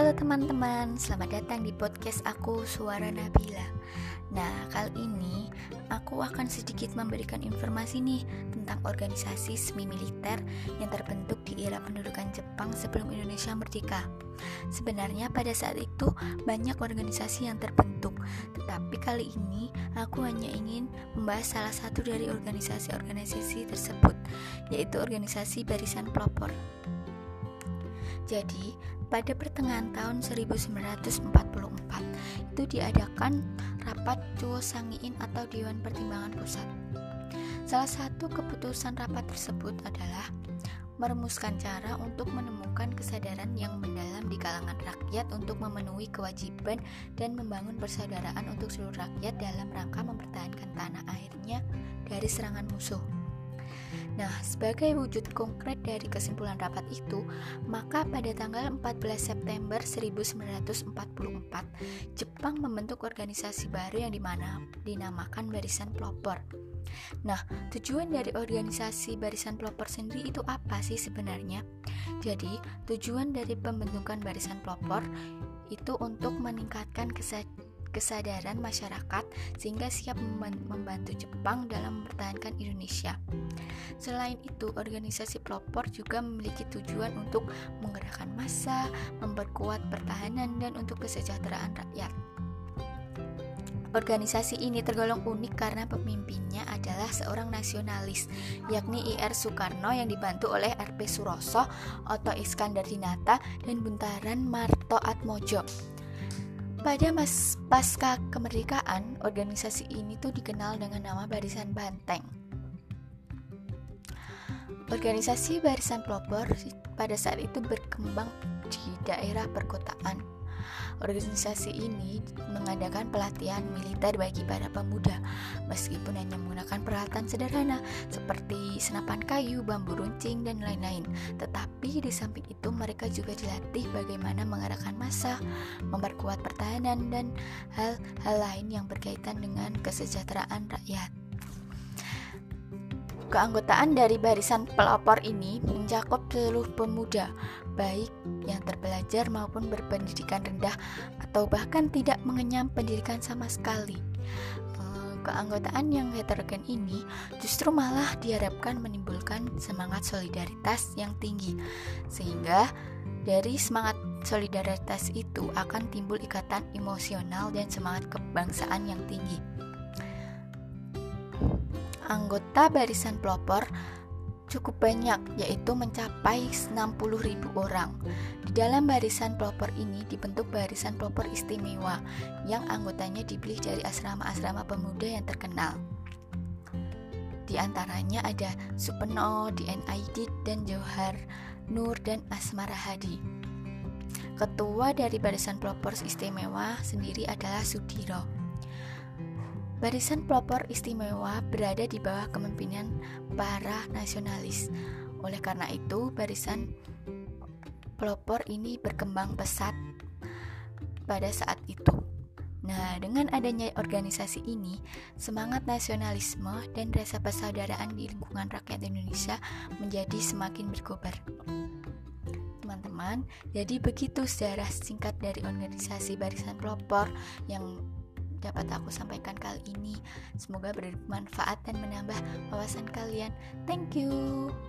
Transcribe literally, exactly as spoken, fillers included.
Halo teman-teman, selamat datang di podcast aku Suara Nabila. Nah, kali ini aku akan sedikit memberikan informasi nih tentang organisasi semi militer yang terbentuk di era pendudukan Jepang sebelum Indonesia merdeka. Sebenarnya pada saat itu banyak organisasi yang terbentuk, tetapi kali ini aku hanya ingin membahas salah satu dari organisasi-organisasi tersebut, yaitu organisasi Barisan Pelopor. Jadi, pada pertengahan tahun seribu sembilan ratus empat puluh empat itu diadakan rapat Chuo Sangiin atau Dewan Pertimbangan Pusat. Salah satu keputusan rapat tersebut adalah merumuskan cara untuk menemukan kesadaran yang mendalam di kalangan rakyat untuk memenuhi kewajiban dan membangun persaudaraan untuk seluruh rakyat dalam rangka mempertahankan tanah airnya dari serangan musuh. Nah, sebagai wujud konkret dari kesimpulan rapat itu, maka pada tanggal empat belas September seribu sembilan ratus empat puluh empat, Jepang membentuk organisasi baru yang dimana dinamakan Barisan Pelopor. Nah, tujuan dari organisasi Barisan Pelopor sendiri itu apa sih sebenarnya? Jadi, tujuan dari pembentukan Barisan Pelopor itu untuk meningkatkan kesadaran kesadaran masyarakat sehingga siap membantu Jepang dalam mempertahankan Indonesia. Selain itu, organisasi pelopor juga memiliki tujuan untuk menggerakkan massa, memperkuat pertahanan, dan untuk kesejahteraan rakyat. Organisasi ini tergolong unik karena pemimpinnya adalah seorang nasionalis, yakni I R Soekarno yang dibantu oleh R P Suroso, Otto Iskandar Dinata, dan Buntaran Martoatmojo. Pada mas pasca kemerdekaan, organisasi ini tuh dikenal dengan nama Barisan Banteng. Organisasi Barisan Pelopor pada saat itu berkembang di daerah perkotaan. Organisasi ini mengadakan pelatihan militer bagi para pemuda, meskipun hanya menggunakan peralatan sederhana seperti senapan kayu, bambu runcing, dan lain-lain. Tetapi di samping itu mereka juga dilatih bagaimana mengarahkan massa, memperkuat pertahanan, dan hal-hal lain yang berkaitan dengan kesejahteraan rakyat. Keanggotaan dari Barisan Pelopor ini mencakup seluruh pemuda, baik yang terbelajar maupun berpendidikan rendah atau bahkan tidak mengenyam pendidikan sama sekali. Keanggotaan yang heterogen ini justru malah diharapkan menimbulkan semangat solidaritas yang tinggi, sehingga dari semangat solidaritas itu akan timbul ikatan emosional dan semangat kebangsaan yang tinggi. Anggota Barisan Pelopor cukup banyak, yaitu mencapai enam puluh ribu orang. Di dalam Barisan Pelopor ini dibentuk Barisan Pelopor Istimewa yang anggotanya dipilih dari asrama-asrama pemuda yang terkenal. Di antaranya ada Supeno, D N Aidit, dan Johar Nur, dan Asmara Hadi. Ketua dari Barisan Pelopor Istimewa sendiri adalah Sudiro. Barisan Pelopor Istimewa berada di bawah kepemimpinan para nasionalis. Oleh karena itu, Barisan Pelopor ini berkembang pesat pada saat itu. Nah, dengan adanya organisasi ini, semangat nasionalisme dan rasa persaudaraan di lingkungan rakyat Indonesia menjadi semakin berkobar. Teman-teman, jadi begitu sejarah singkat dari organisasi Barisan Pelopor yang dapat aku sampaikan kali ini. Semoga bermanfaat dan menambah wawasan kalian. Thank you.